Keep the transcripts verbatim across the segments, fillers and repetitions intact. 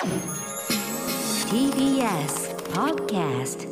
ティービーエス Podcast。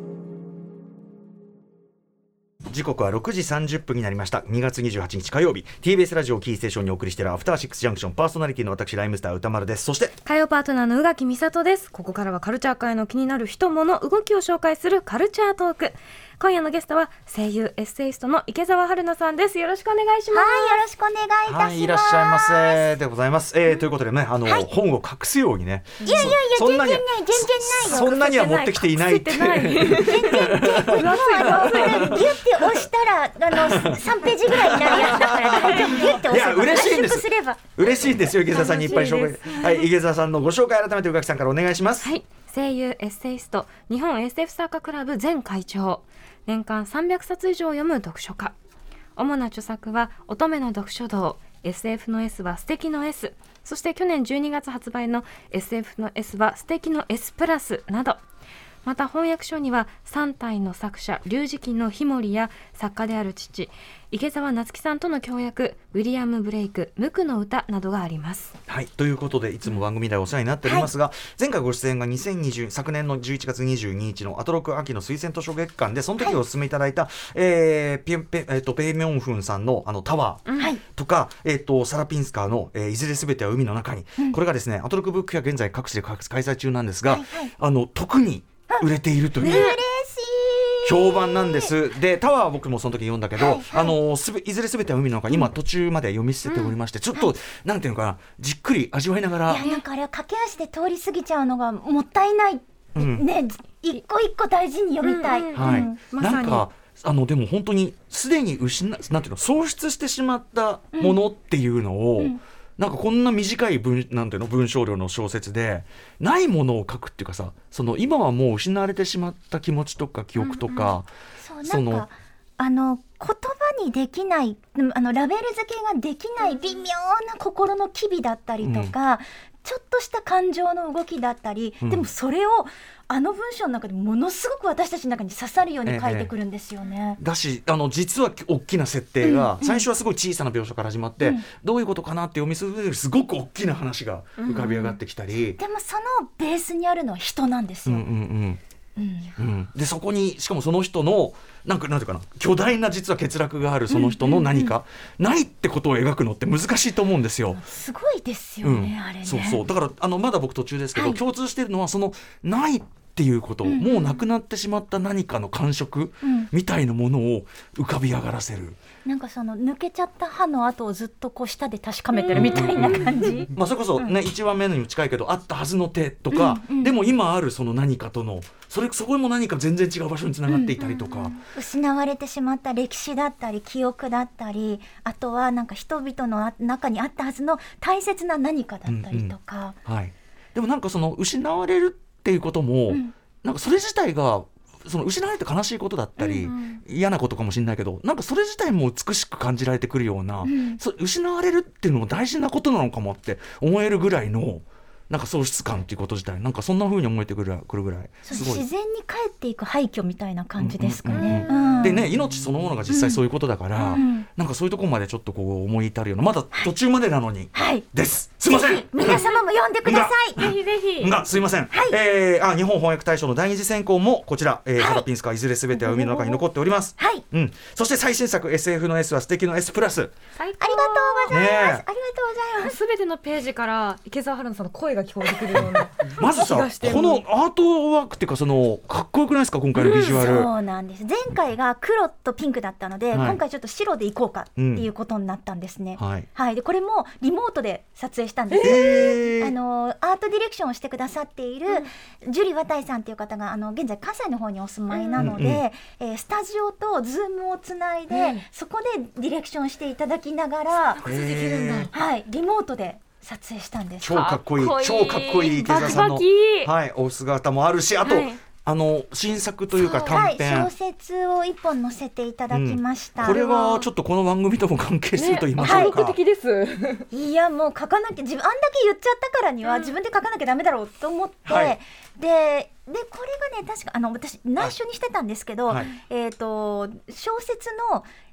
時刻はろくじさんじゅっぷんになりました。にがつにじゅうはちにち火曜日、 ティービーエス ラジオキーステーションにお送りしているアフターシックスジャンクション、パーソナリティの私ライムスター歌丸です。そして火曜パートナーの宇垣美里です。ここからはカルチャー界の気になる人物動きを紹介するカルチャートーク。今夜のゲストは声優エッセイストの池澤春菜さんです。よろしくお願いします。 はい、よろしくお願いいたします。 はい、いらっしゃいませでございます、えー、ということでね、あの、はい、本を隠すようにね、 いやいやいや、全然ない全然ないよ。 そんなには持ってきていないって全然全然もうあのこれギュッて押したらあのさんページぐらいになるやつだから大丈夫。ギュッて押せば、 いや嬉しいんです圧縮すれば嬉しいんですよ。池澤さんにいっぱい紹介、はい、池澤さんのご紹介改めて宇垣さんからお願いします。 はい、声優エッセイスト日本 エスエフ 作家クラブ前会長、年間さんびゃくさつ以上読む読書家。主な著作は乙女の読書道、 エスエフ の S は素敵の S、 そして去年じゅうにがつ発売の エスエフ の S は素敵の S プラスなど。また翻訳書にはさん体の作者龍磁記の日森や作家である父池澤夏樹さんとの協約、ウィリアム・ブレイク無垢の歌などがあります。 はい、ということでいつも番組でお世話になっておりますが、はい、前回ご出演がにせんにじゅう昨年のじゅういちがつにじゅうににちのアトロク秋の推薦図書月間で、その時お勧めいただいた、はい、えー、ピェペ、えー、とペイミョンフンさんのあのタワーとか、うん、えー、とサラピンスカーの、えー、いずれすべては海の中に、うん、これがですねアトロクブックや現在各地で開催中なんですが、はいはい、あの特に売れているという、ね、評判なんです。でタワーは僕もその時読んだけど、はいはい、あのすべいずれすべては海の中、今途中まで読み捨てておりまして、うん、ちょっと、はい、なんていうのかな、じっくり味わいながら、 いやなんかあれは駆け足で通り過ぎちゃうのがもったいない、うん、ね、一個一個大事に読みたい、うんうんうん、 はい、ま、なんかあのでも本当にすでに失なんていうの喪失してしまったものっていうのを、うんうん、なんかこんな短い 文, なんていうの文章量の小説でないものを書くっていうかさ、その今はもう失われてしまった気持ちとか記憶とか、 うんうん、そうなんかあの言葉にできないあのラベル付けができない微妙な心の機微だったりとか、うん、ちょっとした感情の動きだったり、うん、でもそれをあの文章の中でものすごく私たちの中に刺さるように書いてくるんですよね、 ええ、だしあの実は大きな設定が、うん、最初はすごい小さな描写から始まって、うん、どういうことかなって読み進めるすごく大きな話が浮かび上がってきたり、 うん、でもそのベースにあるのは人なんですよ、 うんうんうんうんうん、でそこにしかもその人のなんかなんていうかな、巨大な実は欠落があるその人の何か、うんうんうん、ないってことを描くのって難しいと思うんですよ。 すごいですよね、うん、あれね。 そうそう、だからあのまだ僕途中ですけど、はい、共通しているのはそのないっていうこと、 うんうん、 もうなくなってしまった何かの感触みたいなものを浮かび上がらせる、 うん、なんかその抜けちゃった歯の跡をずっとこう舌で確かめてるみたいな感じ、うんうん、 まあ、それこそね、うん、いちわめのに近いけどあったはずの手とか、うんうん、でも今あるその何かとのそれそこも何か全然違う場所につながっていたりとか、うんうんうん、 失われてしまった歴史だったり記憶だったり、あとはなんか人々の中にあったはずの大切な何かだったりとか、 うんうん、はい、でもなんかその失われるっていうことも、うん、なんかそれ自体がその失われて悲しいことだったり、うんうん、嫌なことかもしれないけど、なんかそれ自体も美しく感じられてくるような、うん、そ失われるっていうのも大事なことなのかもって思えるぐらいのなんか喪失感っていうこと自体なんかそんな風に思えてくるぐらいすごい自然に帰っていく廃墟みたいな感じですかね、 うんうんうん、でね、命そのものが実際そういうことだから、うん、なんかそういうところまでちょっとこう思い至るような、まだ途中までなのに、はい、ですすいません、 皆様も読んでください、 ぜひぜひがすいません、はい、えー、あ日本翻訳大賞の第二次選考もこちら、えーはい、サラピンスカーいずれすべては海の中に残っております、はい、うん、そして最新作 エスエフ の S は素敵の S プラス、 ありがとうございます、ね、ありがとうございます。 すべてのページから池澤春菜さんの声が聞こえてくるようなまずさこのアートワークっていうかそのかっこよくないですか今回のビジュアル、うん、 そうなんです。前回が黒とピンクだったので、はい、今回ちょっと白でいこうかっていうことになったんですね、うん、はいはい、でこれもリモートで撮影したんです、えー、あのアートディレクションをしてくださっている、うん、ジュリ・ワタイさんっていう方があの現在関西の方にお住まいなので、うんうん、えー、スタジオとズームをつないで、うん、そこでディレクションしていただきながら、えー、はい、リモートで撮影したんです。 超かっこいい、超かっこいい池澤さんの、はい、お姿もあるし、あと、はい、あの新作というか短編、 はい、小説を一本載せていただきました、 うん、これはちょっとこの番組とも関係すると言いましょうか、 ね、はい、的ですいやもう書かなきゃ、自分あんだけ言っちゃったからには、うん、自分で書かなきゃダメだろうと思って、はい、ででこれがね確かあの私内緒にしてたんですけど、はい、えーと小説の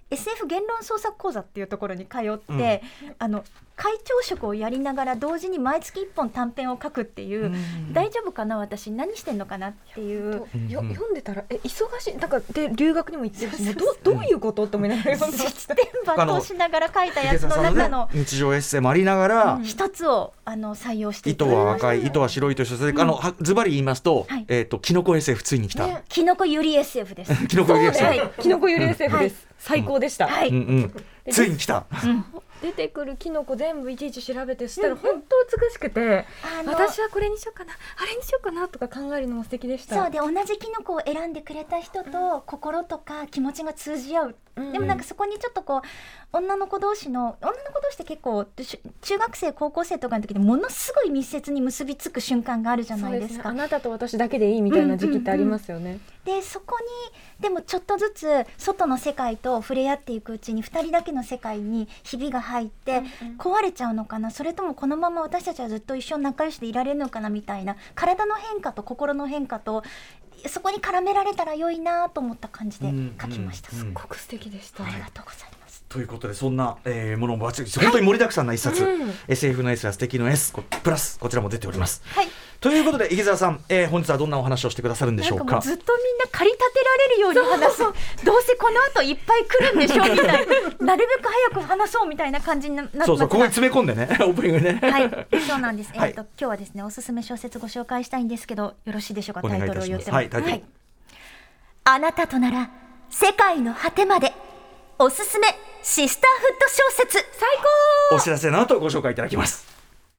エスエフ 言論創作講座っていうところに通って、うん、あの会長職をやりながら同時に毎月いっぽん短編を書くっていう、うん、大丈夫かな私何してんのかなっていう、 うん、よ読んでたらえ忙しいだからで留学にも行ってるし、ね、ど, どういうことって思いながら読んでました実践抜刀しながら書いたやつの中の、 ね、日常エッセイもありながら、うん、 一つをあの採用していただきました。糸は赤い糸は白いとしてそれ、うん、あのズバリ言いますと、はいえー、とキノコ エスエフ ついに来た、 ね、キノコユリ エスエフ ですキノコユリ エスエフ、 はい、キノコユリ エスエフ です、はい、最高でした、 はい、 うんうんついに来た、 うん出てくるキノコ全部いちいち調べてそしたら本当美しくて、うん、私はこれにしようかなあれにしようかなとか考えるのも素敵でした。 そうで同じキノコを選んでくれた人と心とか気持ちが通じ合う、うん、でもなんかそこにちょっとこう女の子同士の女の子同士って結構中学生高校生とかの時でものすごい密接に結びつく瞬間があるじゃないですか。 そうですね、あなたと私だけでいいみたいな時期ってありますよね、うんうんうんでそこにでもちょっとずつ外の世界と触れ合っていくうちにふたりだけの世界にひびが入って壊れちゃうのかな、それともこのまま私たちはずっと一緒に仲良しでいられるのかなみたいな体の変化と心の変化とそこに絡められたら良いなと思った感じで書きました、 うんうんうん、すごく素敵でした、 ありがとうございます。 ということでそんな、えー、ものもバチ本当に盛りだくさんな一冊、はいうん、エスエフ の S は素敵の S プラスこちらも出ております、 はい、 ということで池澤さん、えー、本日はどんなお話をしてくださるんでしょうか。 なんかもうずっとみんな駆り立てられるように話そうどうせこの後いっぱい来るんでしょみたいななるべく早く話そうみたいな感じになってます。 そうそうここに詰め込んでねオープニングねはいそうなんです、えーとはい、今日はですねおすすめ小説ご紹介したいんですけどよろしいでしょうか。タイトルを言っても、 はいタイトル、はい、 あなたとなら世界の果てまでおすすめシスターフット小説最高。 お知らせの後ご紹介いただきます。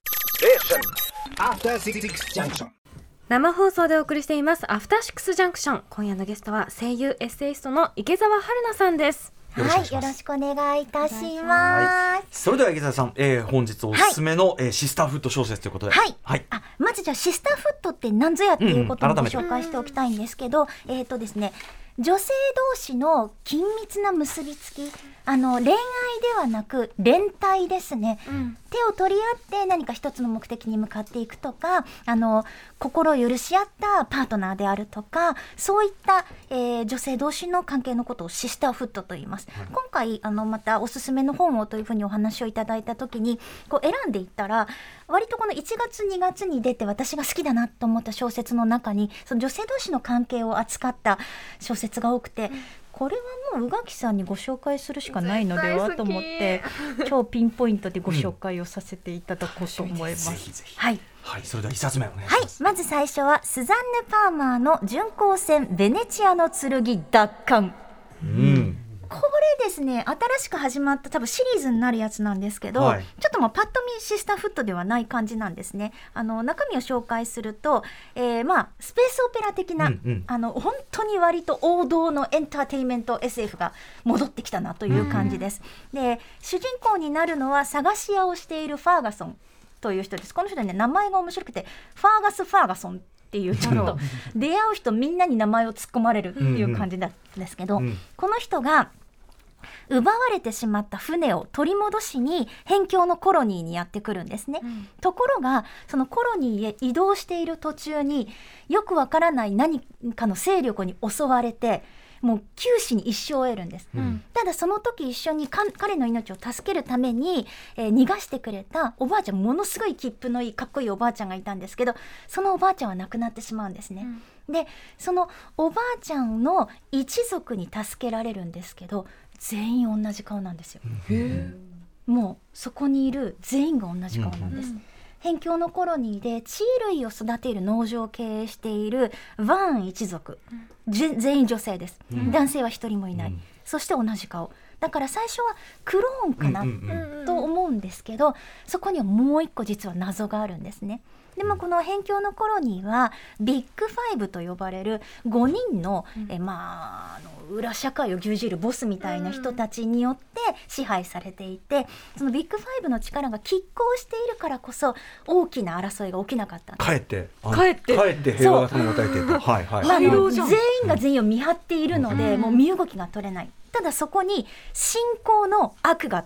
生放送でお送りしていますアフターシックスジャンクション。今夜のゲストは声優エッセイストの池澤春菜さんです。 はい、よろしくお願いいたします。 それでは池澤さん、えー、本日おすすめの、はいえー、シスターフット小説ということで、 はいはい、あまずじゃあシスターフットって何ぞやっていうことをご紹介しておきたいんですけど、うんうん、えっ、ー、とですね女性同士の緊密な結びつき、あの恋愛ではなく連帯ですね、うん、手を取り合って何か一つの目的に向かっていくとか、あの心を許し合ったパートナーであるとか、そういった、えー、女性同士の関係のことをシスターフットと言います、はい、今回あのまたおすすめの本をというふうにお話をいただいた時にこう選んでいったら割とこのいちがつにがつに出て私が好きだなと思った小説の中にその女性同士の関係を扱った小説が多くて、うん、これはもう宇垣さんにご紹介するしかないのではと思って今日ピンポイントでご紹介をさせていただこうと思います、うん、ぜひぜひ、はいはい、それではいっさつめお願いします。 はい、まず最初はスザンヌ・パーマーの巡航船ベネチアの剣奪還、うん、これですね新しく始まった多分シリーズになるやつなんですけど、はい、ちょっともうパッと見シスターフットではない感じなんですね。あの中身を紹介すると、えーまあ、スペースオペラ的な、うんうん、あの本当に割と王道のエンターテインメント エスエフ が戻ってきたなという感じです、うん、で主人公になるのは探し屋をしているファーガソンという人です。この人ね名前が面白くてファーガス・ファーガソンっていうちょっと出会う人みんなに名前を突っ込まれるっていう感じなんですけど、うんうん、この人が奪われてしまった船を取り戻しに辺境のコロニーにやってくるんですね、うん、ところがそのコロニーへ移動している途中によくわからない何かの勢力に襲われてもう九死に一生を得るんです、うん、ただその時一緒に彼の命を助けるために、えー、逃がしてくれたおばあちゃんものすごい切符のいいかっこいいおばあちゃんがいたんですけどそのおばあちゃんは亡くなってしまうんですね、うん、でそのおばあちゃんの一族に助けられるんですけど全員同じ顔なんですよ。へー、もうそこにいる全員が同じ顔なんです、うん、辺境のコロニーで地衣類を育てる農場を経営しているヴァーン一族、うん、全員女性です、うん、男性は一人もいない、うん、そして同じ顔だから最初はクローンかな、うんうんうん、と思うんですけどそこにはもう一個実は謎があるんですね。でもこの辺境のコロニーはビッグファイブと呼ばれるごにんの、うん、えまあ、あの裏社会を牛耳るボスみたいな人たちによって支配されていて、うん、そのビッグファイブの力が拮抗しているからこそ大きな争いが起きなかったんです。 かえってかえってかえって平和が保たれていた、はいはい、 まあ、全員が全員を見張っているので、うん、もう身動きが取れない。ただそこに信仰の悪が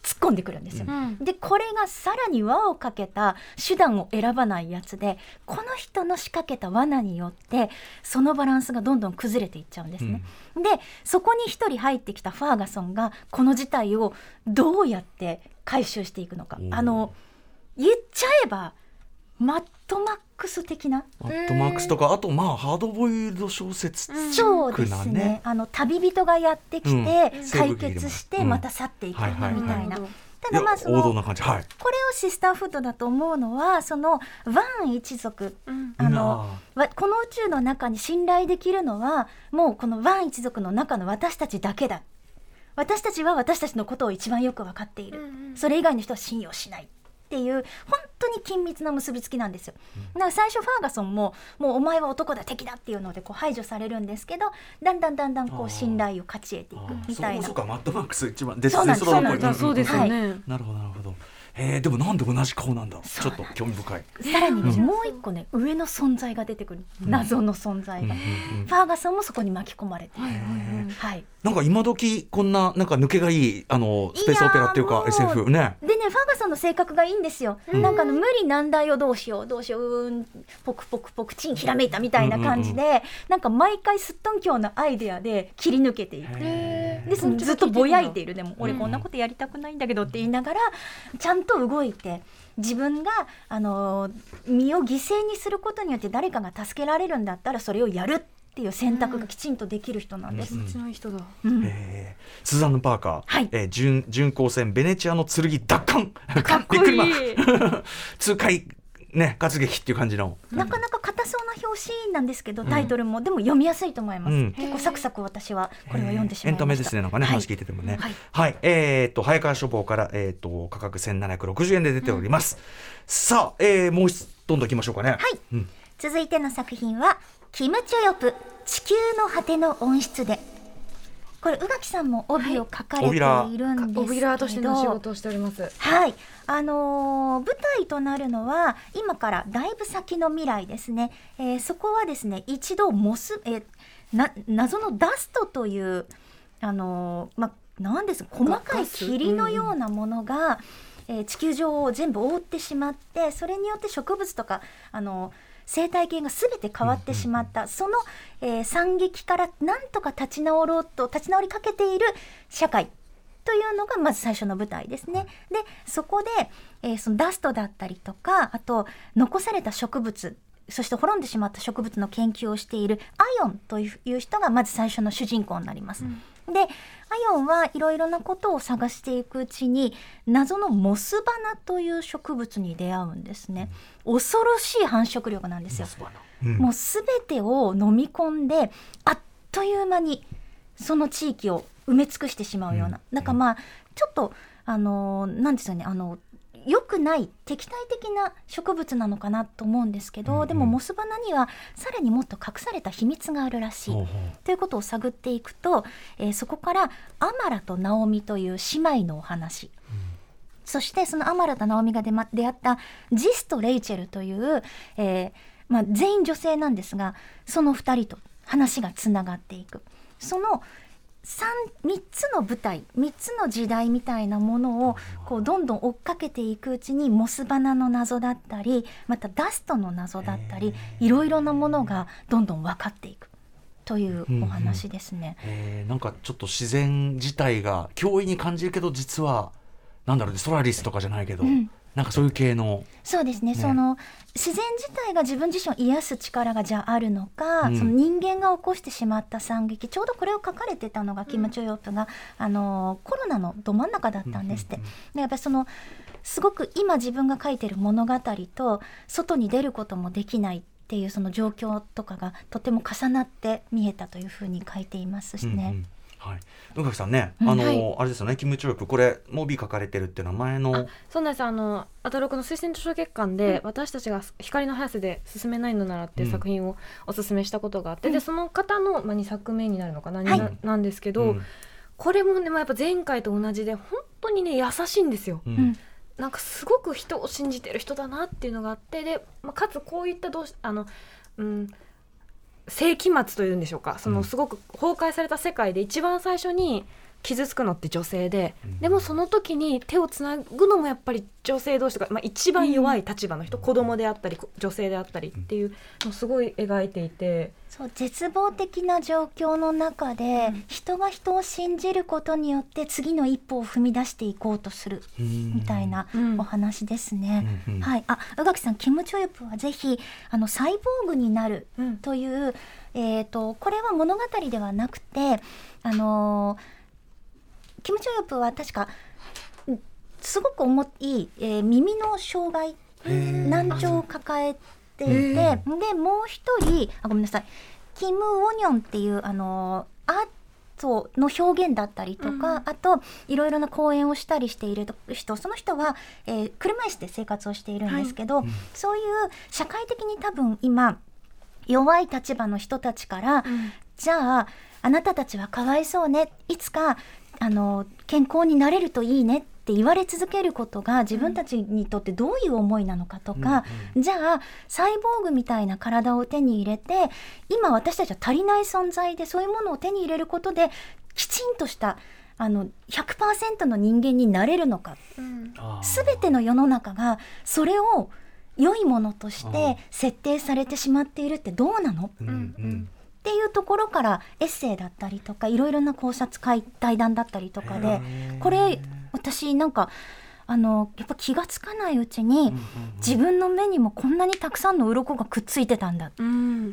突っ込んでくるんですよ、 うん、 でこれがさらに輪をかけた手段を選ばないやつで、この人の仕掛けた罠によってそのバランスがどんどん崩れていっちゃうんですね、うん、でそこに一人入ってきたファーガソンがこの事態をどうやって回収していくのか、あの言っちゃえばマッドマックス的な、 マッドマックスとか、あとまあハードボイルド小説チックなね、 そうですね、あの旅人がやってきて、うん、解決してまた去っていくみたいな、ただまあその王道な感じ、はい、 これをシスターフードだと思うのは、そのワン一族、うん、あのあこの宇宙の中に信頼できるのはもうこのワン一族の中の私たちだけだ、私たちは私たちのことを一番よく分かっている、うんうん、それ以外の人は信用しないっていう本当に緊密な結びつきなんですよ。だから最初ファーガソンももうお前は男だ敵だっていうのでこう排除されるんですけど、だんだんだんだんこう信頼を勝ち得ていくみたいな。 そうかマッドマックス一番デスそうなんです、そうなんです、そうですよね、はい、 なるほどなるほほど。えー、でもなんで同じ顔なんだ、ちょっと興味深い。 さらに、ね、もう一個ね上の存在が出てくる、謎の存在が、うんうんうん、ファーガソンもそこに巻き込まれて、はいはい、 なんか今時こんななんか抜けがいいあのスペースオペラっていうか エスエフ ね。 でねファーガソンの性格がいいんですよ、うん、なんかの無理難題をどうしようどうしよう、うーんポクポクポクチンひらめいたみたいな感じで、うんうんうん、なんか毎回すっとんきょうなアイデアで切り抜けていく。ですのでずっとぼやいている。でも俺こんなことやりたくないんだけどって言いながらちゃんと動いて、自分があの身を犠牲にすることによって誰かが助けられるんだったらそれをやるっていう選択がきちんとできる人なんです。 うちの人だ、 うんえー、スザンヌ・パーカー、はい、えー、巡巡航船ベネチアの剣奪還かっこいい痛快ね、活劇っていう感じの、 なかなか硬そうな表紙なんですけど、タイトルも、うん、でも読みやすいと思います、うん、結構サクサク私はこれは読んでしまいました。 エンタメですね、なんかね、はい、話聞いててもね、はいはい、えー、っと早川書房から、えー、っと価格せんななひゃくろくじゅうえんで出ております、うん、さあ、えー、もう一どんどんいきましょうかね。 はい、 うん、 続いての作品はキム・チョヨプ地球の果ての温室で、これ宇垣さんも帯を書かれているんですけど、 帯ラーとしての仕事をしております。 はい、あのー、舞台となるのは今からだいぶ先の未来ですね、えー、そこはですね一度モス、えー、な謎のダストというあのー、まなんです細かい霧のようなものが、うん、えー、地球上を全部覆ってしまって、それによって植物とかあのー生態系がすべて変わってしまった、うんうんうん、その、えー、惨劇からなんとか立ち直ろうと立ち直りかけている社会というのがまず最初の舞台ですね。でそこで、えー、そのダストだったりとか、あと残された植物、そして滅んでしまった植物の研究をしているアヨンという人がまず最初の主人公になります、うん、でアヨンはいろいろなことを探していくうちに謎のモスバナという植物に出会うんですね。恐ろしい繁殖力なんですよ、うん、もうすべてを飲み込んであっという間にその地域を埋め尽くしてしまうような、うん、なんかまあちょっとあのなんですよね、あの良くない敵対的な植物なのかなと思うんですけど、うんうん、でもモスバナにはさらにもっと隠された秘密があるらしい、うんうん、ということを探っていくと、えー、そこからアマラとナオミという姉妹のお話、うん、そしてそのアマラとナオミが出、ま、出会ったジスとレイチェルという、えーまあ、全員女性なんですが、そのふたりと話がつながっていく、そのみっつの舞台みっつの時代みたいなものをこうどんどん追っかけていくうちにモスバナの謎だったりまたダストの謎だったりいろいろなものがどんどん分かっていくというお話ですね、 うんうん、えー、なんかちょっと自然自体が脅威に感じるけど実はなんだろうね、ソラリスとかじゃないけど、うん、なんかそういう系のそうです ね, ねその自然自体が自分自身を癒す力がじゃああるのか、うん、その人間が起こしてしまった惨劇、ちょうどこれを書かれてたのがキム・チョヨプが、あのコロナのど真ん中だったんですって、うんうんうん、でやっぱりそのすごく今自分が書いてる物語と外に出ることもできないっていうその状況とかがとても重なって見えたというふうに書いていますしね、うんうん、 はい、宇垣さんね、あの、はい、あれですよね、キム・チョヨプこれモビー書かれてるっていうのは前のそうなんです。あのアトロクの推薦図書月間で、うん、私たちが光の速さで進めないのならっていう作品をおすすめしたことがあって、うん、でその方の、まあ、にさくめになるのかな、はい、な, なんですけど、うん、これもね、まあ、やっぱ前回と同じで本当にね優しいんですよ、うん、なんかすごく人を信じてる人だなっていうのがあって、で、まあ、かつこういったどうしあの、うん、世紀末というんでしょうか、そのすごく崩壊された世界で一番最初に傷つくのって女性で、うん、でもその時に手をつなぐのもやっぱり女性同士とか、まあ、一番弱い立場の人、うん、子供であったり女性であったりっていうのをすごい描いていて、 そう絶望的な状況の中で、うん、人が人を信じることによって次の一歩を踏み出していこうとするみたいなお話ですね、うんうん、はい、あ、宇垣さん、キム・チョユプはぜひあのサイボーグになるという、うん、えーと、これは物語ではなくて、あのーキム・チョヨプは確かすごく重い、えー、耳の障害難聴を抱えていて、でもう一人あごめんなさいキム・ウォニョンっていうあのアートの表現だったりとか、うん、あといろいろな講演をしたりしている人、その人は、えー、車椅子で生活をしているんですけど、はい、そういう社会的に多分今弱い立場の人たちから、うん、じゃああなたたちはかわいそうね、いつかあの健康になれるといいねって言われ続けることが自分たちにとってどういう思いなのかとか、うんうん、じゃあサイボーグみたいな体を手に入れて今私たちは足りない存在で、そういうものを手に入れることできちんとしたあの ひゃくパーセント の人間になれるのか、うん、全ての世の中がそれを良いものとして設定されてしまっているってどうなの、うんうんっていうところからエッセイだったりとかいろいろな考察会対談だったりとかで、これ私なんかあのやっぱ気がつかないうちに自分の目にもこんなにたくさんの鱗がくっついてたんだ、うん、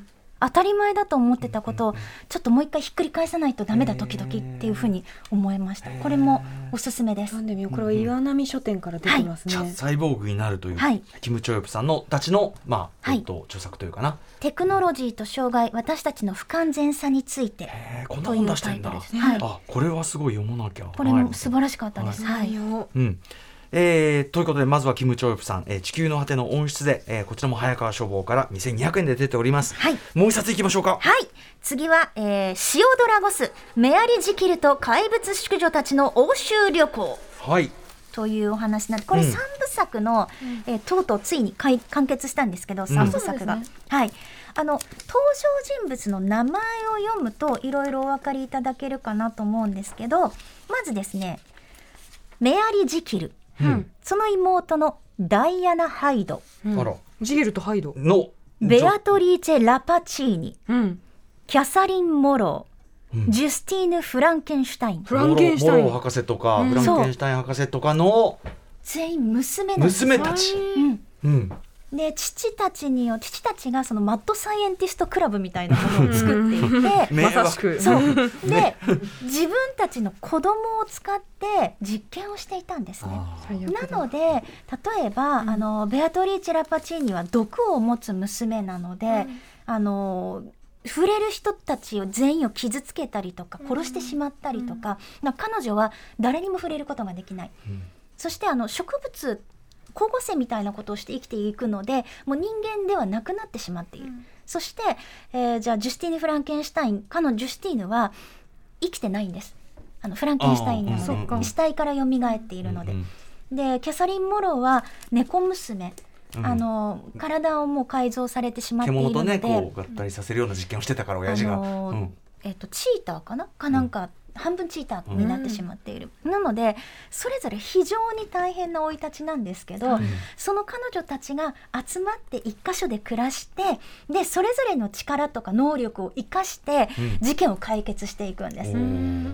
当たり前だと思ってたことをちょっともう一回ひっくり返さないとダメだ時々っていうふうに思いました。これもおすすめです。 なんでみよう、これは岩波書店から出てますね、 はい、サイボーグになるという、はい、キム・チョヨプさんのたちの、まあ、はい、著作というかな、 テクノロジーと障害、私たちの不完全さについてというタイトルです、 はい、あ、これはすごい読まなきゃ。 これも素晴らしかったです、はいはい、 うん、えー、ということでまずはキム・チョヨプさん、えー、地球の果ての温室で、えー、こちらも早川書房からにせんにひゃくえんで出ております、はい、もう一冊いきましょうか。 はい、次は、えー、シオドラゴス、メアリ・ジキルと怪物淑女たちの欧州旅行、はい、というお話なんで、これさんぶさくの、うん、えー、とうとうついに完結したんですけど、さんぶさくが、うん、はい、あの登場人物の名前を読むといろいろお分かりいただけるかなと思うんですけど、まずですね、メアリ・ジキル、うん、その妹のダイアナ・ハイド、 うん、ジキルとハイドのベアトリーチェ・ラパチーニ、うん、キャサリン・モロー、うん、ジュスティーヌ・フランケンシュタイン、 フランケンシュタインモロー博士とか、うん、フランケンシュタイン博士とかの全員娘なんです。 娘たち、うんうん、 で父たちによ父たちがそのマッドサイエンティストクラブみたいなものを作っていてまさしくそうで自分たちの子供を使って実験をしていたんですね。なので例えば、うん、あのベアトリーチェ・ラパチーニは毒を持つ娘なので、うん、あの触れる人たちを全員を傷つけたりとか殺してしまったりとか、うん、彼女は誰にも触れることができない、うん、そしてあの植物光合成みたいなことをして生きていくのでもう人間ではなくなってしまっている、うん、そして、えー、じゃあジュスティーヌ・フランケンシュタイン、かのジュスティーヌは生きてないんです。あのフランケンシュタインなので死体から蘇っているので、うんうん、でキャサリン・モローは猫娘、うん、あの体をもう改造されてしまっているので獣とねこう合体させるような実験をしてたから親父が、あのーうんえー、とチーターかなかなんか、うん半分チーターになってしまっている、うん、なのでそれぞれ非常に大変な生い立ちなんですけど、うん、その彼女たちが集まって一箇所で暮らしてでそれぞれの力とか能力を生かして事件を解決していくんです、うん、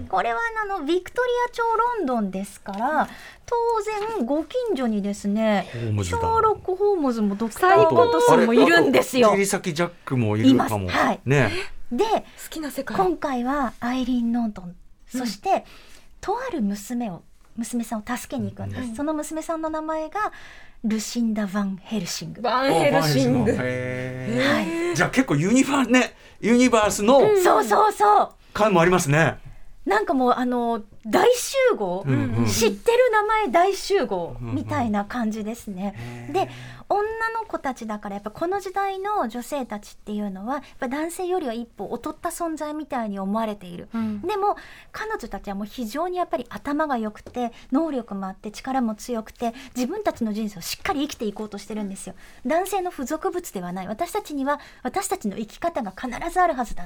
これはあのビクトリア朝ロンドンですから当然ご近所にですねシャーロック・ホームズもドクター・ワトソンもいるんですよ。 切り裂きジャックもいるかも、 はいね、 で好きな世界今回はアイリーン・ノートン、そして、うん、とある娘を娘さんを助けに行くんです、うん、その娘さんの名前がルシンダ・ヴァン・ヘルシング。 ヴァンヘルシング、 へー、じゃあ結構ユニバー、ね、ユニバースの、 うん、そうそうそう感もありますね。 なんかもうあの大集合、うんうん、知ってる名前大集合みたいな感じですね、うんうん、で女の子たちだからやっぱこの時代の女性たちっていうのはやっぱ男性よりは一歩劣った存在みたいに思われている、うん、でも彼女たちはもう非常にやっぱり頭が良くて能力もあって力も強くて自分たちの人生をしっかり生きていこうとしてるんですよ。男性の付属物ではない、私たちには私たちの生き方が必ずあるはずだ、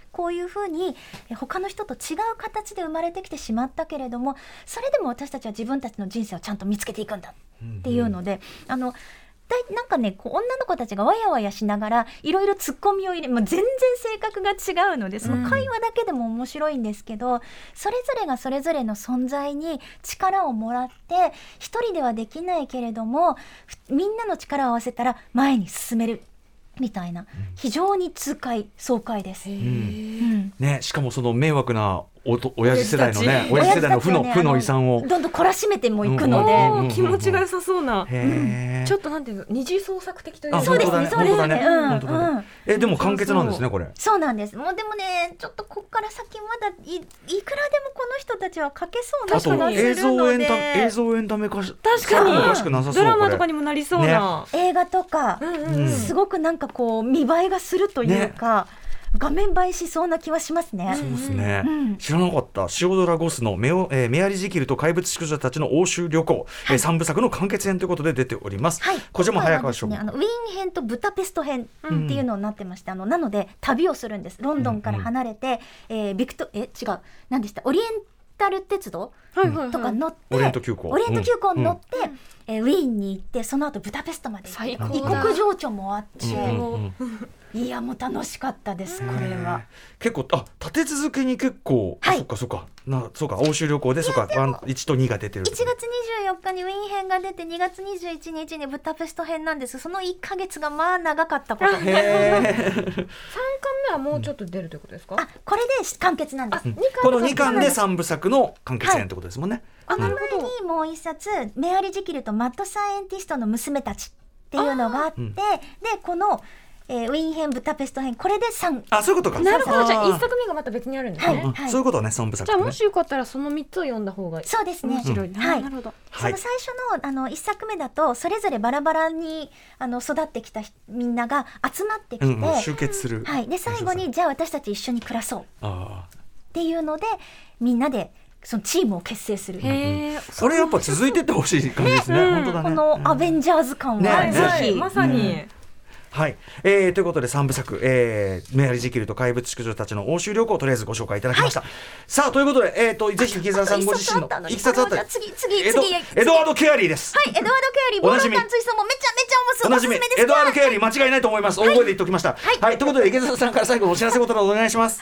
こういうふうに他の人と違う形で生まれてきてしまったけれども、それでも私たちは自分たちの人生をちゃんと見つけていくんだっていうので、うんうん、あのなんかね、こう女の子たちがわやわやしながらいろいろツッコミを入れ、もう全然性格が違うので、その会話だけでも面白いんですけど、うん、それぞれがそれぞれの存在に力をもらって、一人ではできないけれどもみんなの力を合わせたら前に進めるみたいな、非常に痛快爽快です、うんうんね、しかもその迷惑なおと親父世代のね、親父世代の負の、ね、負の遺産をどんどん懲らしめてもいくので、 うんうんうん、気持ちが良さそうな、へ、うん、ちょっとなんていうの、二次創作的というか、 そうですね、そうですね、うんうん、 えでも完結なんですね、これ。 そうなんです。もうでもね、ちょっとここから先まだ い, いくらでもこの人たちは書けそうな気がするので、 映像エンタメ化し、 確かにおかしくなさそう、 ドラマとかにもなりそうな、 ね、映画とか、うんうんうん、すごくなんかこう見栄えがするというか、ね、画面映えしそうな気はしますね。 そうですね、うん、知らなかった。塩ドラゴスのメオ、えー、メアリジキルと怪物宿女たちの欧州旅行、はい、えー、さんぶさくの完結編ということで出ております、はい、こちらも早川賞、 ね、あのウィーン編とブダペスト編っていうのになってまして、うん、あのなので旅をするんです。ロンドンから離れて、うんうん、えー、ビクトえ違う何でしたオリエンタル鉄道、うん、とか乗って、 オリエント急行オリエント急行に乗って、うん、えー、ウィーンに行って、その後ブダペストまで行って異国情緒もあって、うんうんうん、いやもう楽しかったです。これは結構、あ、立て続けに結構、はい、そっかそっかな、そうか、欧州旅行で、そうか、いちとにが出てる。 いちがつにじゅうよっかにウィーン編が出て、にがつにじゅういちにちにブダペスト編なんです。そのいっかげつがまあ長かったことでへさんかんめはもうちょっと出るということですか？ あ、これで完結なんです、うん、 このにかんでさんぶさくの完結編ってことですもんね、 はい、あの前にもう一冊、メアリジキルとマッドサイエンティストの娘たちっていうのがあって、うん、でこのえー、ウィーン編、ブダペスト編、これでさん、 あ、そういうことか。 なるほど、じゃあいっさくめがまた別にあるんですね、 はいはい、 そういうことね、さんぶさく、ね、 じゃあもしよかったらそのみっつを読んだ方がいい。 そうですね、 面白いな、 うん、はい、 なるほど。 その最初 の, あのいっさくめだと、それぞれバラバラにあの育ってきたみんなが集まってきて、うんうん、 集結する、 はい、で最後にじゃあ私たち一緒に暮らそうっていうので、みんなでそのチームを結成する。 へー、 それやっぱ続いてってほしい感じですね、うん、本当だね。 このアベンジャーズ感は、 ね、 ぜひ、 ね、まさに、うん、 はい、えー、ということでさんぶさく、えー、メアリジキルと怪物宿女たちの欧州旅行をとりあえずご紹介いただきました、はい、さあということで、えー、とぜひ池澤さんご自身のいっさつあったり、 次次エド、 次エドワード・ケアリーです。 はい、エドワード・ケアリー、ボールパンツイストもめちゃめちゃ面白い、おすすめです。 エドワード・ケアリー間違いないと思います、はい、大声で言っておきました、はいはい、ということで池澤さんから最後のお知らせことをお願いします。 はい、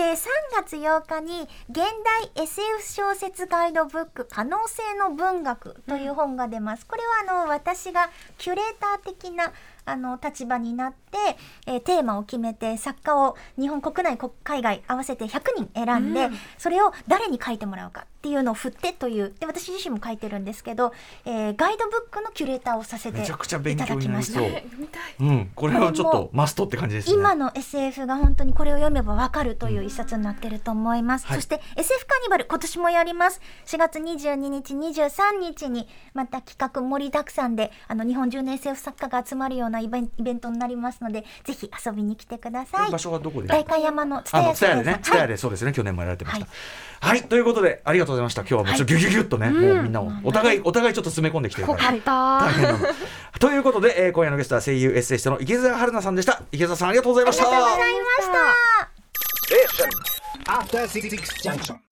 えー、さんがつようかに現代 エスエフ 小説ガイドブック可能性の文学という本が出ます、うん、これはあの私がキュレーター的なあの立場になって、えー、テーマを決めて作家を日本国内海外合わせてひゃくにん選んで、うん、それを誰に書いてもらうかっていうのを振ってというで、私自身も書いてるんですけど、えー、ガイドブックのキュレーターをさせていただきました。 めちゃくちゃ勉強になりそう、うん、これはちょっとマストって感じですね。 今の エスエフ が本当にこれを読めばわかるという一冊になってると思います、うん、そして エスエフ カーニバル今年もやります。しがつにじゅうににちにじゅうさんにちにまた企画盛りだくさんで、あの日本中の エスエフ 作家が集まるようなイベン、イベントになりますので、ぜひ遊びに来てください。 場所はどこで？ 代官山の蔦屋でね、蔦屋で、そうですね、去年もやられてました、はい、はい、ということでありがとうございました。今日はもうちょっとギュギュギュッとね、はい、もうみんなをお互いお互いちょっと詰め込んできてるから大変なのということで、えー、今夜のゲストは声優エッセイストの池澤春菜さんでした。池澤さんありがとうございました。 ありがとうございました。